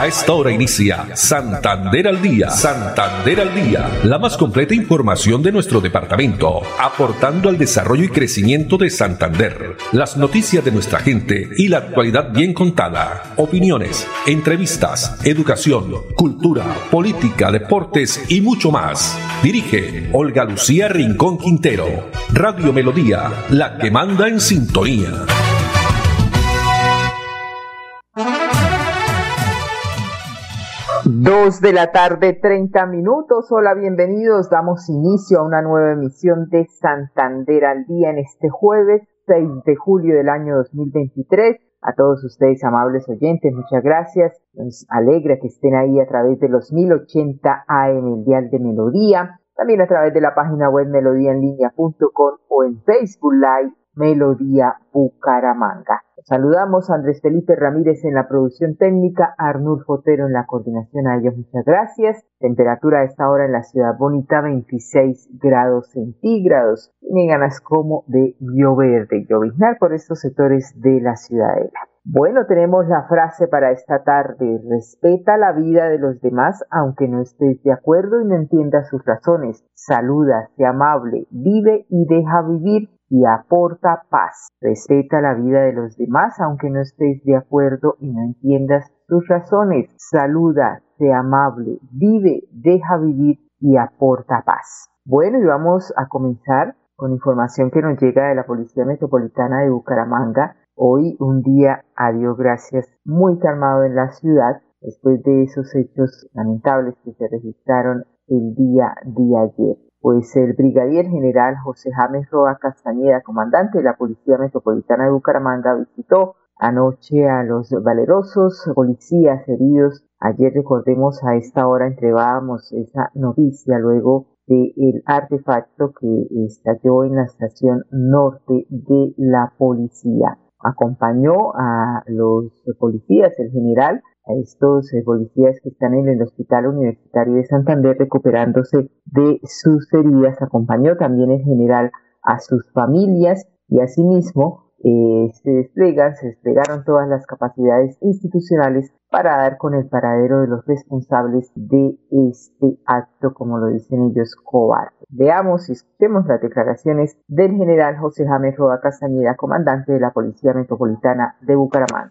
esta hora inicia Santander al Día. Santander al Día, la más completa información de nuestro departamento, aportando al desarrollo y crecimiento de Santander. Las noticias de nuestra gente y la actualidad bien contada. Opiniones, entrevistas, educación, cultura, política, deportes y mucho más. Dirige Olga Lucía Rincón Quintero. Radio Melodía, la que manda en sintonía. Dos de la tarde, 30 minutos. Hola, bienvenidos. Damos inicio a una nueva emisión de Santander al Día en este jueves 6 de julio del año 2023. A todos ustedes, amables oyentes, muchas gracias. Nos alegra que estén ahí a través de los 1080 AM, el dial de Melodía. También a través de la página web melodíaenlínea.com o en Facebook Live Melodía Bucaramanga. Saludamos a Andrés Felipe Ramírez en la producción técnica, a Arnulfo Otero en la coordinación. A ellos muchas gracias. Temperatura a esta hora en la ciudad bonita, 26 grados centígrados. Tienen ganas como de llover, de lloviznar por estos sectores de la ciudadela. Bueno, tenemos la frase para esta tarde: respeta la vida de los demás aunque no estés de acuerdo y no entiendas sus razones. Saluda, sé amable, vive y deja vivir y aporta paz. Respeta la vida de los demás aunque no estés de acuerdo y no entiendas sus razones. Saluda, sé amable, vive, deja vivir y aporta paz. Bueno, y vamos a comenzar con información que nos llega de la Policía Metropolitana de Bucaramanga. Hoy un día, a Dios gracias, muy calmado en la ciudad después de esos hechos lamentables que se registraron el día de ayer. Pues el brigadier general José James Roa Castañeda, comandante de la Policía Metropolitana de Bucaramanga, visitó anoche a los valerosos policías heridos. Ayer, recordemos, a esta hora entregábamos esa noticia luego del artefacto que estalló en la estación norte de la policía. Acompañó a los policías, el general, a estos policías que están en el Hospital Universitario de Santander recuperándose de sus heridas. Acompañó también el general a sus familias y asimismo se desplegaron todas las capacidades institucionales para dar con el paradero de los responsables de este acto, como lo dicen ellos, cobarde. Veamos y escuchemos las declaraciones del general José James Roa Castañeda, comandante de la Policía Metropolitana de Bucaramanga.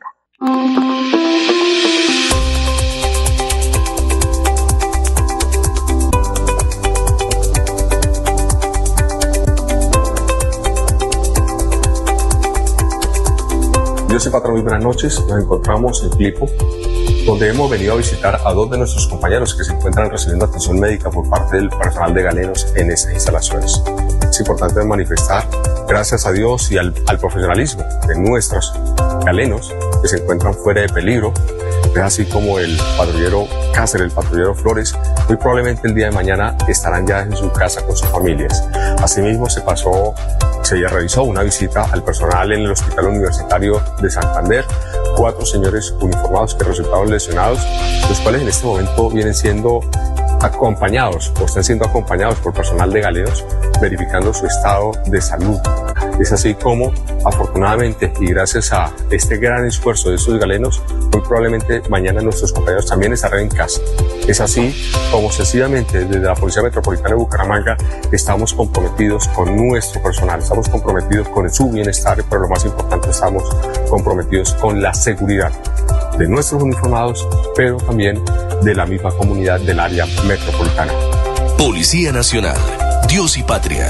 Dios y patrón, muy buenas noches. Nos encontramos en Clipo, donde hemos venido a visitar a dos de nuestros compañeros que se encuentran recibiendo atención médica por parte del personal de Galenos en estas instalaciones. Es importante manifestar, gracias a Dios y al profesionalismo de nuestros galenos que se encuentran fuera de peligro, es así como el patrullero Cáceres, el patrullero Flores, muy probablemente el día de mañana estarán ya en su casa con sus familias. Asimismo, se realizó una visita al personal en el Hospital Universitario de Santander, 4 señores uniformados que resultaron lesionados, los cuales en este momento vienen siendo acompañados o están siendo acompañados por personal de Galenos verificando su estado de salud. Es así como, afortunadamente y gracias a este gran esfuerzo de estos galenos, muy probablemente mañana nuestros compañeros también estarán en casa. Es así como sencillamente desde la Policía Metropolitana de Bucaramanga estamos comprometidos con nuestro personal, estamos comprometidos con su bienestar, pero lo más importante, estamos comprometidos con la seguridad de nuestros uniformados, pero también de la misma comunidad del área metropolitana. Policía Nacional, Dios y Patria.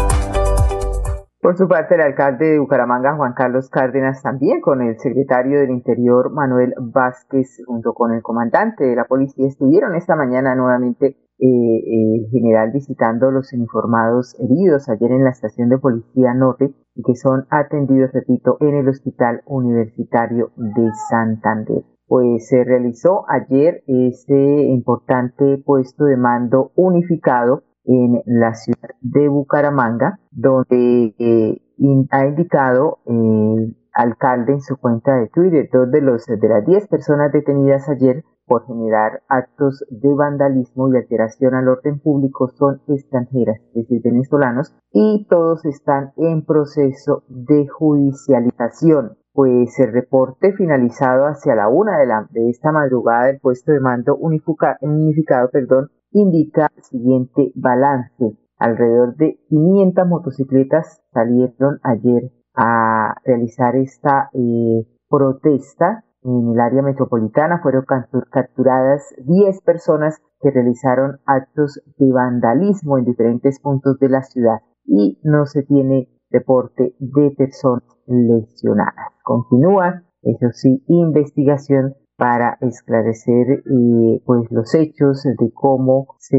Por su parte, el alcalde de Bucaramanga, Juan Carlos Cárdenas, también con el secretario del Interior, Manuel Vázquez, junto con el comandante de la policía, estuvieron esta mañana nuevamente el general visitando los uniformados heridos ayer en la estación de Policía Norte y que son atendidos, repito, en el Hospital Universitario de Santander. Pues se realizó ayer este importante puesto de mando unificado en la ciudad de Bucaramanga, donde ha indicado el alcalde en su cuenta de Twitter: 2 de las 10 personas detenidas ayer por generar actos de vandalismo y alteración al orden público son extranjeras, es decir, venezolanos, y todos están en proceso de judicialización. Pues el reporte finalizado hacia la 1 de esta madrugada del puesto de mando unificado, indica el siguiente balance. Alrededor de 500 motocicletas salieron ayer a realizar esta protesta en el área metropolitana. Fueron capturadas 10 personas que realizaron actos de vandalismo en diferentes puntos de la ciudad y no se tiene reporte de personas lesionadas. Continúa, eso sí, investigación para esclarecer pues los hechos de cómo se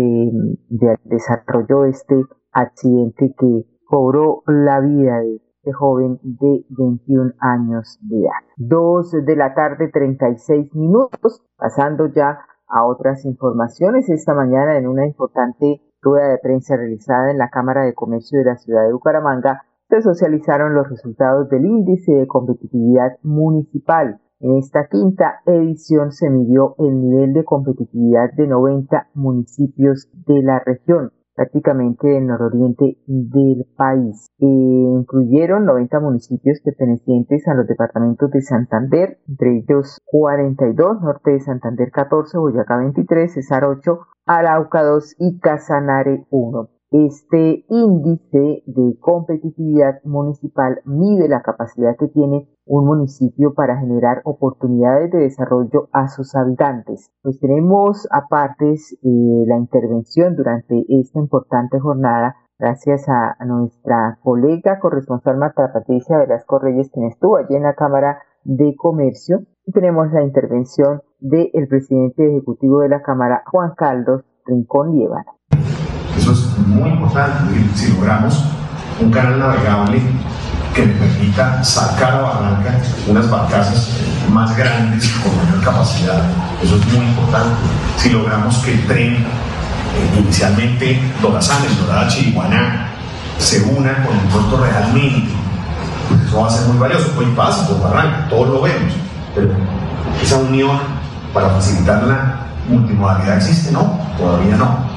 desarrolló este accidente que cobró la vida de este joven de 21 años de edad. 2 de la tarde, 36 minutos, pasando ya a otras informaciones. Esta mañana, en una importante rueda de prensa realizada en la Cámara de Comercio de la ciudad de Bucaramanga, se socializaron los resultados del índice de competitividad municipal. En esta quinta edición se midió el nivel de competitividad de 90 municipios de la región, prácticamente del nororiente del país. Incluyeron 90 municipios pertenecientes a los departamentos de Santander, entre ellos 42, Norte de Santander 14, Boyacá 23, Cesar 8, Arauca 2 y Casanare 1. Este índice de competitividad municipal mide la capacidad que tiene un municipio para generar oportunidades de desarrollo a sus habitantes. Pues tenemos aparte la intervención durante esta importante jornada gracias a nuestra colega corresponsal Marta Patricia Velasco Reyes, quien estuvo allí en la Cámara de Comercio. Y tenemos la intervención del presidente ejecutivo de la Cámara, Juan Carlos Rincón Liévano. Eso es muy importante. Si logramos un canal navegable que le permita sacar a Barranca unas barcazas más grandes con mayor capacidad, eso es muy importante. Si logramos que el tren, inicialmente Dorazanes, Dorada, Chiriguaná, se una con el puerto realmente, pues eso va a ser muy valioso. Hoy pasa por Barranca, todos lo vemos, pero esa unión para facilitar la multimodalidad existe, ¿no? Todavía no.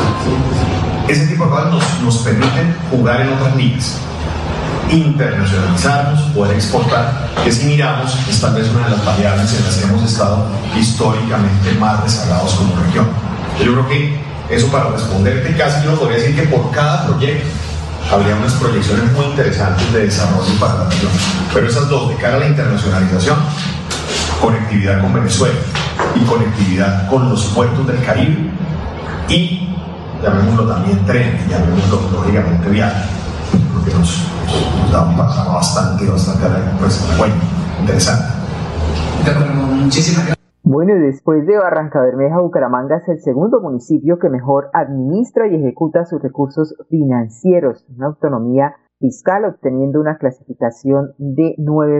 Ese tipo de cosas nos permiten jugar en otras ligas, internacionalizarnos, poder exportar, que si miramos es tal vez una de las variables en las que hemos estado históricamente más rezagados como región. Yo creo que eso, para responderte casi, yo podría decir que por cada proyecto habría unas proyecciones muy interesantes de desarrollo para la región, pero esas dos, de cara a la internacionalización, conectividad con Venezuela y conectividad con los puertos del Caribe y llamémoslo también tren, llamémoslo lógicamente viaje, porque nos da un paso bastante bueno, interesante. Muchísimas gracias. Bueno, después de Barrancabermeja, Bucaramanga es el segundo municipio que mejor administra y ejecuta sus recursos financieros, una autonomía fiscal, obteniendo una clasificación de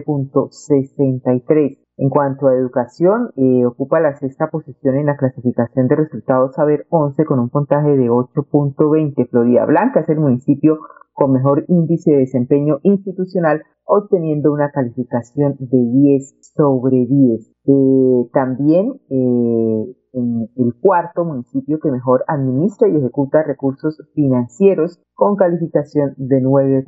9.63. En cuanto a educación, ocupa la sexta posición en la clasificación de resultados Saber 11 con un puntaje de 8.20. Florida Blanca es el municipio con mejor índice de desempeño institucional, obteniendo una calificación de 10 sobre 10. También en el cuarto municipio que mejor administra y ejecuta recursos financieros con calificación de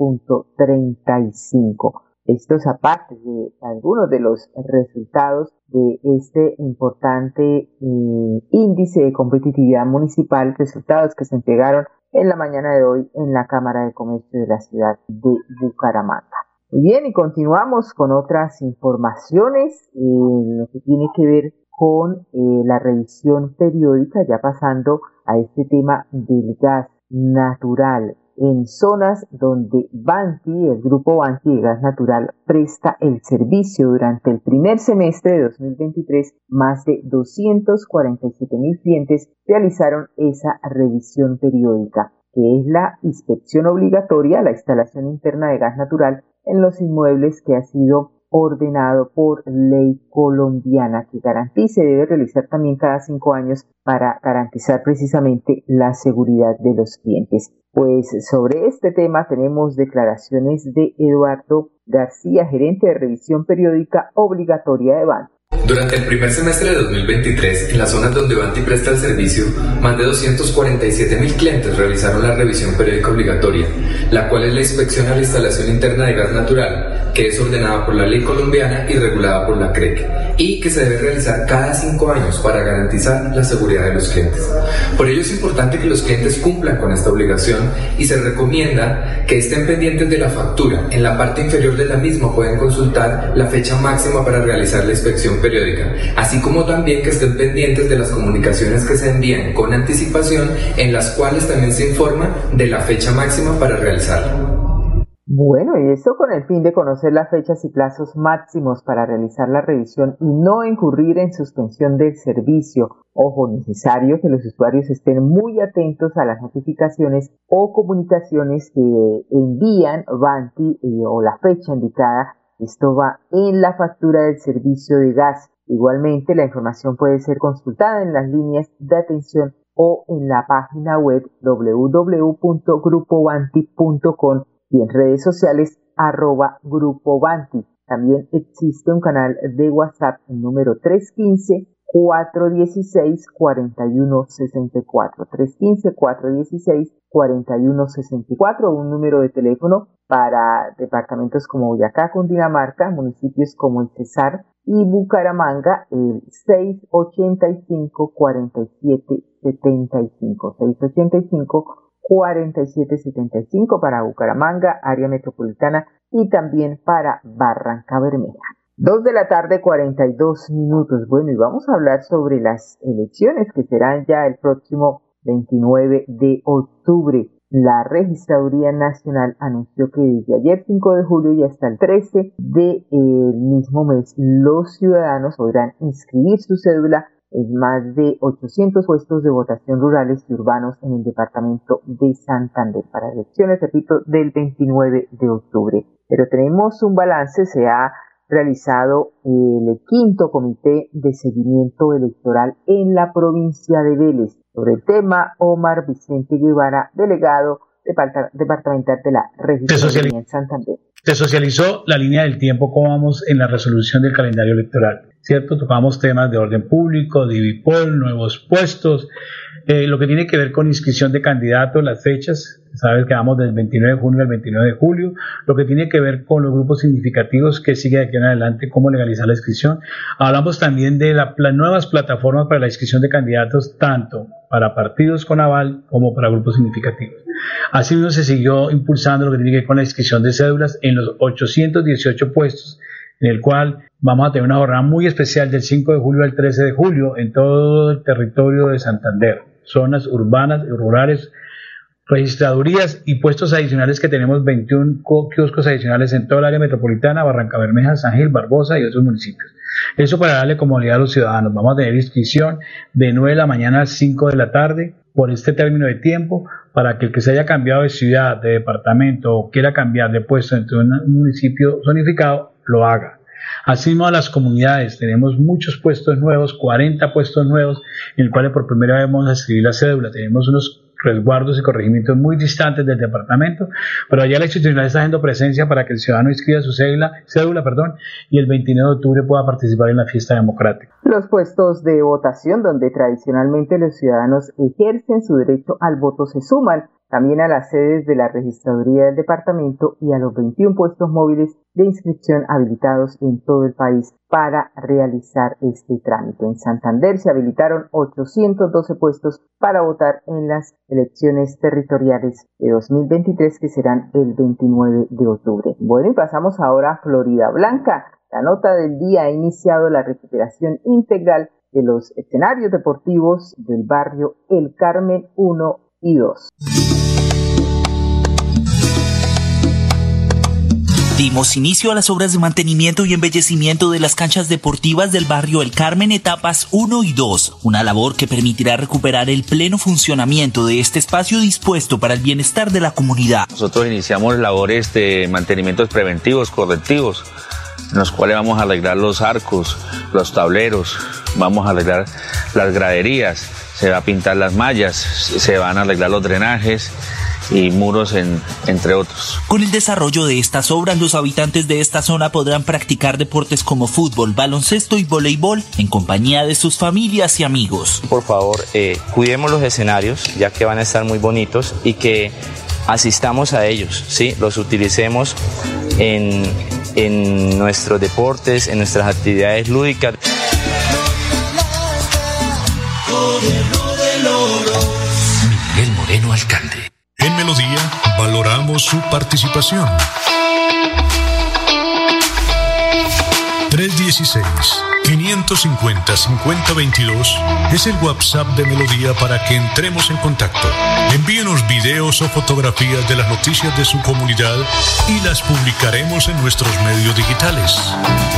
9.35. Estos aparte de algunos de los resultados de este importante índice de competitividad municipal, resultados que se entregaron en la mañana de hoy en la Cámara de Comercio de la ciudad de Bucaramanga. Muy bien, y continuamos con otras informaciones, lo que tiene que ver con la revisión periódica, ya pasando a este tema del gas natural. En zonas donde Banti, el grupo Banti de gas natural, presta el servicio durante el primer semestre de 2023, más de 247.000 clientes realizaron esa revisión periódica, que es la inspección obligatoria a la instalación interna de gas natural en los inmuebles que ha sido ordenado por ley colombiana, que garantice y debe realizar también cada 5 años para garantizar precisamente la seguridad de los clientes. Pues sobre este tema tenemos declaraciones de Eduardo García, gerente de revisión periódica obligatoria de Banti. Durante el primer semestre de 2023, en las zonas donde Banti presta el servicio, más de 247.000 clientes realizaron la revisión periódica obligatoria, la cual es la inspección a la instalación interna de gas natural, que es ordenada por la ley colombiana y regulada por la CREC, y que se debe realizar cada 5 años para garantizar la seguridad de los clientes. Por ello es importante que los clientes cumplan con esta obligación y se recomienda que estén pendientes de la factura. En la parte inferior de la misma pueden consultar la fecha máxima para realizar la inspección periódica, así como también que estén pendientes de las comunicaciones que se envían con anticipación, en las cuales también se informa de la fecha máxima para realizarla. Bueno, y esto con el fin de conocer las fechas y plazos máximos para realizar la revisión y no incurrir en suspensión del servicio. Ojo, necesario que los usuarios estén muy atentos a las notificaciones o comunicaciones que envían Vanti o la fecha indicada. Esto va en la factura del servicio de gas. Igualmente, la información puede ser consultada en las líneas de atención o en la página web www.grupovanti.com y en redes sociales @Grupo Vanti. También existe un canal de WhatsApp, el número 315-416-4164. 315-416-4164, un número de teléfono para departamentos como Boyacá, Cundinamarca, municipios como el Cesar y Bucaramanga, el 685-4775. 685-4775 para Bucaramanga, área metropolitana, y también para Barranca Bermeja. 2:42 p.m. Bueno, y vamos a hablar sobre las elecciones que serán ya el próximo 29 de octubre. La Registraduría Nacional anunció que desde ayer 5 de julio y hasta el 13 del mismo mes, los ciudadanos podrán inscribir su cédula en más de 800 puestos de votación rurales y urbanos en el departamento de Santander para elecciones, repito, del 29 de octubre. Pero tenemos un balance, se ha realizado el 5º Comité de Seguimiento Electoral en la provincia de Vélez. Sobre el tema, Omar Vicente Guevara, delegado departamental de la Registraduría en Santander. Se socializó la línea del tiempo, cómo vamos en la resolución del calendario electoral, ¿cierto? Tocamos temas de orden público, de IBIPOL, nuevos puestos, lo que tiene que ver con inscripción de candidatos, las fechas, sabes que vamos del 29 de junio al 29 de julio, lo que tiene que ver con los grupos significativos, que sigue de aquí en adelante, cómo legalizar la inscripción. Hablamos también de las nuevas plataformas para la inscripción de candidatos, tanto para partidos con aval como para grupos significativos. Asimismo, se siguió impulsando lo que tiene que ver con la inscripción de cédulas en los 818 puestos, en el cual vamos a tener una jornada muy especial del 5 de julio al 13 de julio en todo el territorio de Santander, zonas urbanas y rurales, registradurías y puestos adicionales, que tenemos 21 kioscos adicionales en toda el área metropolitana, Barranca Bermeja, San Gil, Barbosa y otros municipios. Eso para darle comodidad a los ciudadanos. Vamos a tener inscripción de 9 de la mañana a 5 de la tarde por este término de tiempo, para que el que se haya cambiado de ciudad, de departamento o quiera cambiar de puesto entre un municipio zonificado, lo haga. Asimismo, a las comunidades, tenemos muchos puestos nuevos, 40 puestos nuevos, en el cual por primera vez vamos a escribir la cédula. Tenemos unos resguardos y corregimientos muy distantes del departamento, pero allá la institucionalidad está haciendo presencia para que el ciudadano inscriba su cédula, y el 29 de octubre pueda participar en la fiesta democrática. Los puestos de votación donde tradicionalmente los ciudadanos ejercen su derecho al voto se suman también a las sedes de la Registraduría del Departamento y a los 21 puestos móviles de inscripción habilitados en todo el país para realizar este trámite. En Santander se habilitaron 812 puestos para votar en las elecciones territoriales de 2023, que serán el 29 de octubre. Bueno, y pasamos ahora a Florida Blanca. La nota del día: ha iniciado la recuperación integral de los escenarios deportivos del barrio El Carmen 1 y 2. Dimos inicio a las obras de mantenimiento y embellecimiento de las canchas deportivas del barrio El Carmen, etapas 1 y 2, una labor que permitirá recuperar el pleno funcionamiento de este espacio dispuesto para el bienestar de la comunidad. Nosotros iniciamos labores de mantenimientos preventivos, correctivos, en los cuales vamos a arreglar los arcos, los tableros, vamos a arreglar las graderías, se va a pintar las mallas, se van a arreglar los drenajes y muros, entre otros. Con el desarrollo de estas obras, los habitantes de esta zona podrán practicar deportes como fútbol, baloncesto y voleibol en compañía de sus familias y amigos. Por favor, cuidemos los escenarios, ya que van a estar muy bonitos, y que asistamos a ellos, ¿sí? Los utilicemos en en nuestros deportes, en nuestras actividades lúdicas. Miguel Moreno, alcalde. En Melodía valoramos su participación. 316-550-5022 es el WhatsApp de Melodía para que entremos en contacto. Envíenos videos o fotografías de las noticias de su comunidad y las publicaremos en nuestros medios digitales.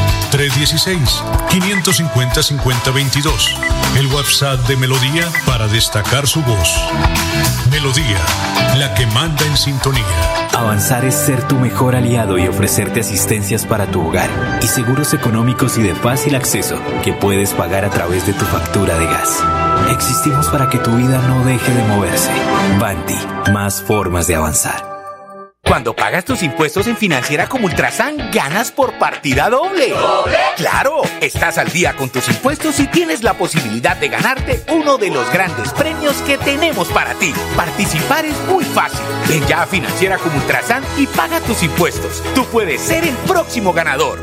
316-550-5022, el WhatsApp de Melodía para destacar su voz. Melodía, la que manda en sintonía. Avanzar es ser tu mejor aliado y ofrecerte asistencias para tu hogar y seguros económicos y de fácil acceso que puedes pagar a través de tu factura de gas. Existimos para que tu vida no deje de moverse. Vanti, más formas de avanzar. Cuando pagas tus impuestos en Financiera como Ultrasan, ganas por partida doble. ¿Doble? ¡Claro! Estás al día con tus impuestos y tienes la posibilidad de ganarte uno de los grandes premios que tenemos para ti. Participar es muy fácil. Ven ya a Financiera como Ultrasan y paga tus impuestos. Tú puedes ser el próximo ganador.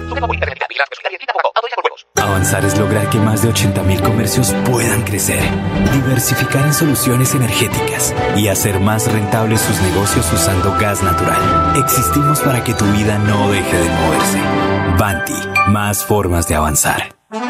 Avanzar es lograr que más de 80,000 comercios puedan crecer, diversificar en soluciones energéticas y hacer más rentables sus negocios usando gas natural. Existimos para que tu vida no deje de moverse. Vanti, más formas de avanzar.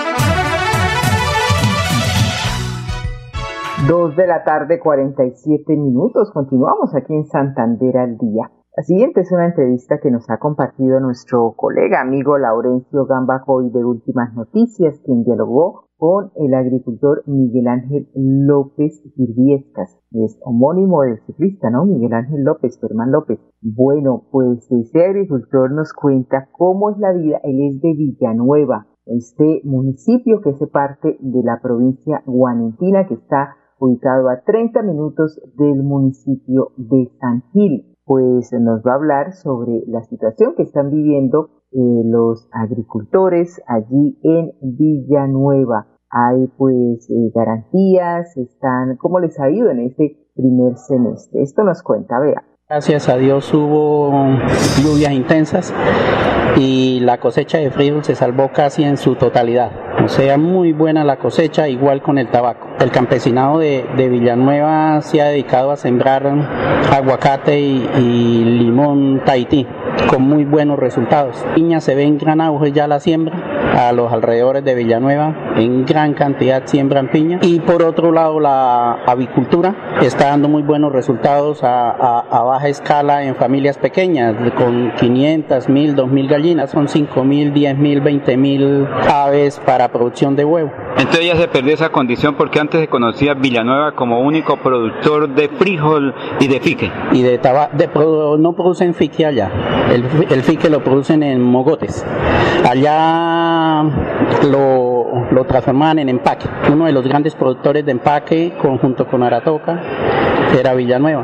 2:47 p.m. Continuamos aquí en Santander al día. La siguiente es una entrevista que nos ha compartido nuestro colega amigo Laurencio Gambacoy de Últimas Noticias, quien dialogó con el agricultor Miguel Ángel López Virviescas. Es homónimo del ciclista, ¿no? Miguel Ángel López, Germán López. Bueno, pues este agricultor nos cuenta cómo es la vida. Él es de Villanueva, este municipio que hace parte de la provincia guanentina, que está ubicado a 30 minutos del municipio de San Gil. Pues nos va a hablar sobre la situación que están viviendo los agricultores allí en Villanueva. Hay pues garantías, ¿cómo les ha ido en este primer semestre? Esto nos cuenta, vea. Gracias a Dios hubo lluvias intensas y la cosecha de frijol se salvó casi en su totalidad. O sea, muy buena la cosecha, igual con el tabaco. El campesinado de Villanueva se ha dedicado a sembrar aguacate y limón Tahití, con muy buenos resultados. Piña se ve en gran auge ya la siembra, a los alrededores de Villanueva, en gran cantidad siembran piña. Y por otro lado, la avicultura está dando muy buenos resultados a baja escala en familias pequeñas, con 500, 1000, 2000 gallinas, son 5000, 10000, 20000 aves para producción de huevo. Entonces ya se perdió esa condición porque antes se conocía Villanueva como único productor de frijol y de fique. Y de tabaco, no producen fique allá, el fique lo producen en mogotes. Allá lo transformaban en empaque. Uno de los grandes productores de empaque, junto con Aratoca, era Villanueva.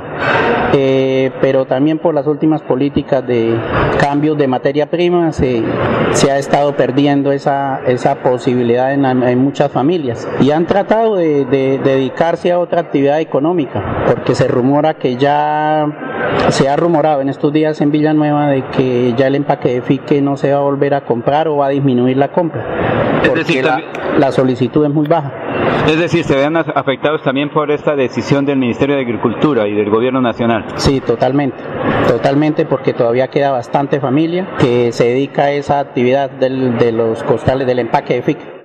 Pero también por las últimas políticas de cambios de materia prima se ha estado perdiendo esa posibilidad en muchas familias y han tratado de dedicarse a otra actividad económica, porque se rumora que ya se ha rumorado en estos días en Villanueva de que ya el empaque de fique no se va a volver a comprar o va a disminuir la compra, porque la solicitud es muy baja. Es decir, se ven afectados también por esta decisión del Ministerio de Agricultura y del Gobierno Nacional. Sí, totalmente, porque todavía queda bastante familia que se dedica a esa actividad de los costales, del empaque de fique.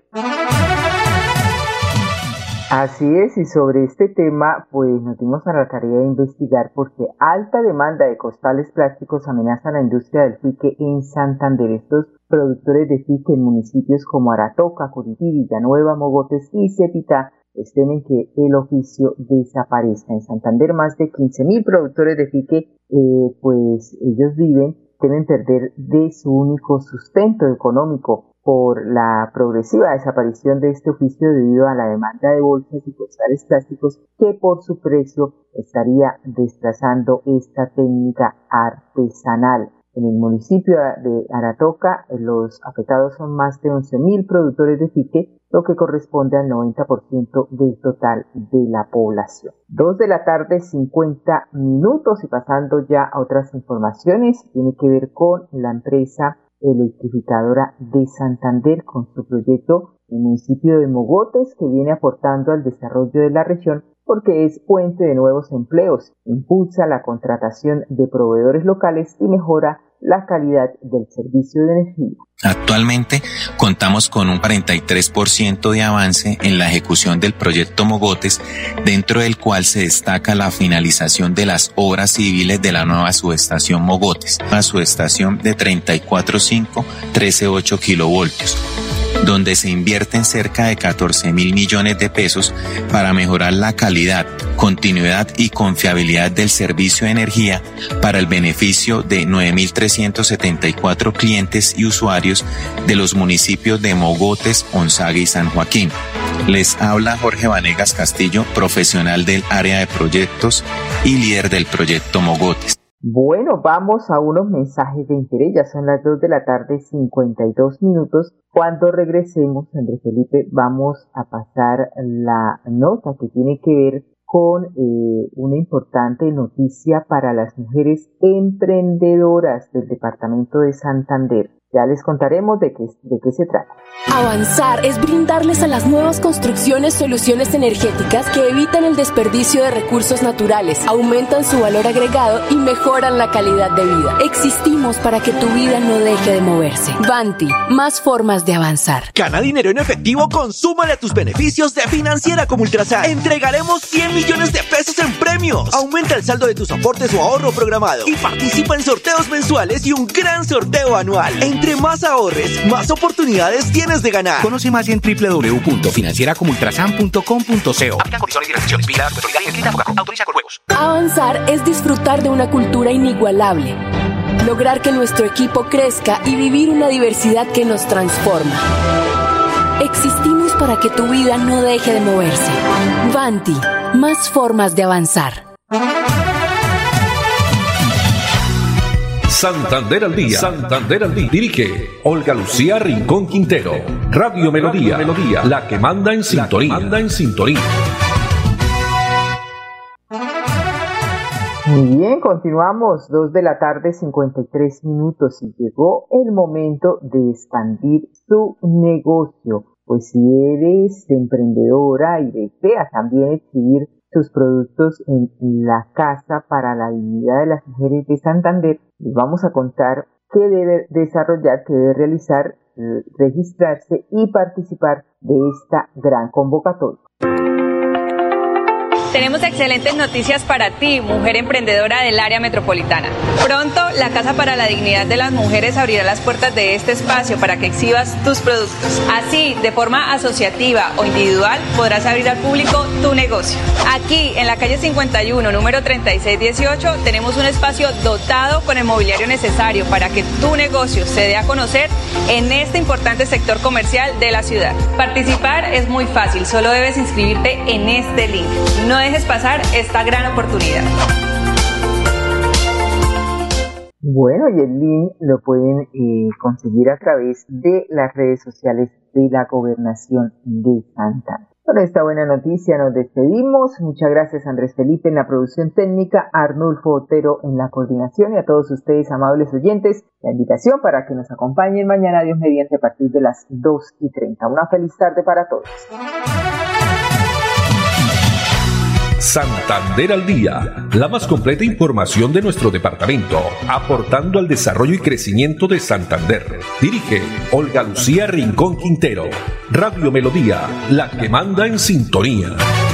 Así es, y sobre este tema, pues nos dimos a la tarea de investigar porque alta demanda de costales plásticos amenaza la industria del fique en Santander. Estos productores de fique en municipios como Aratoca, Curití, Villanueva, Mogotes y Cepita, pues temen que el oficio desaparezca. En Santander más de 15.000 productores de fique, pues ellos temen perder de su único sustento económico por la progresiva desaparición de este oficio debido a la demanda de bolsas y costales plásticos que por su precio estaría desplazando esta técnica artesanal. En el municipio de Aratoca, los afectados son más de 11.000 productores de fique, lo que corresponde al 90% del total de la población. 2:50 p.m. y pasando ya a otras informaciones, tiene que ver con la empresa electrificadora de Santander con su proyecto en el municipio de Mogotes, que viene aportando al desarrollo de la región porque es fuente de nuevos empleos, impulsa la contratación de proveedores locales y mejora la calidad del servicio de energía. Actualmente contamos con un 43% de avance en la ejecución del proyecto Mogotes, dentro del cual se destaca la finalización de las obras civiles de la nueva subestación Mogotes, una subestación de 34.5, 13.8 kilovoltios, donde se invierten cerca de 14.000 millones de pesos para mejorar la calidad, continuidad y confiabilidad del servicio de energía para el beneficio de 9.374 clientes y usuarios de los municipios de Mogotes, Onzaga y San Joaquín. Les habla Jorge Vanegas Castillo, profesional del área de proyectos y líder del proyecto Mogotes. Bueno, vamos a unos mensajes de interés. Ya son las 2 de la tarde, 52 minutos. Cuando regresemos, Andrés Felipe, vamos a pasar la nota que tiene que ver con una importante noticia para las mujeres emprendedoras del departamento de Santander. Ya les contaremos de qué se trata. Avanzar es brindarles a las nuevas construcciones soluciones energéticas que evitan el desperdicio de recursos naturales, aumentan su valor agregado y mejoran la calidad de vida. Existimos para que tu vida no deje de moverse. Vanti, más formas de avanzar. Gana dinero en efectivo, consúmale a tus beneficios de Financiera como Ultrasan. Entregaremos 100 millones de pesos en premios. Aumenta el saldo de tus aportes o ahorro programado y participa en sorteos mensuales y un gran sorteo anual. Entre más ahorres, más oportunidades tienes de ganar. Conoce más en www.financieracomultrasan.com.co. Aplican condiciones y restricciones. Vigilada Supervisión y Escrita Autoriza con juegos. Avanzar es disfrutar de una cultura inigualable, lograr que nuestro equipo crezca y vivir una diversidad que nos transforma. Existimos para que tu vida no deje de moverse. Vanti, más formas de avanzar. Santander al día. Santander al día. Dirige Olga Lucía Rincón Quintero. Radio Melodía. La que manda en sintonía. Muy bien, continuamos. 2 de la tarde, 53 minutos. Y llegó el momento de expandir su negocio. Pues si eres emprendedora y deseas también exhibir sus productos en la Casa para la Dignidad de las Mujeres de Santander, les vamos a contar qué debe desarrollar, qué debe realizar, registrarse y participar de esta gran convocatoria. Tenemos excelentes noticias para ti, mujer emprendedora del área metropolitana. Pronto, la Casa para la Dignidad de las Mujeres abrirá las puertas de este espacio para que exhibas tus productos. Así, de forma asociativa o individual, podrás abrir al público tu negocio. Aquí, en la calle 51, número 3618, tenemos un espacio dotado con el mobiliario necesario para que tu negocio se dé a conocer en este importante sector comercial de la ciudad. Participar es muy fácil, solo debes inscribirte en este link. No dejes pasar esta gran oportunidad. Bueno, y el link lo pueden conseguir a través de las redes sociales de la Gobernación de Santander. Con esta buena noticia nos despedimos. Muchas gracias, Andrés Felipe en la producción técnica, Arnulfo Otero en la coordinación, y a todos ustedes, amables oyentes, la invitación para que nos acompañen mañana, Dios mediante, a partir de las 2:30. Una feliz tarde para todos. Santander al día, la más completa información de nuestro departamento, aportando al desarrollo y crecimiento de Santander. Dirige Olga Lucía Rincón Quintero. Radio Melodía, la que manda en sintonía.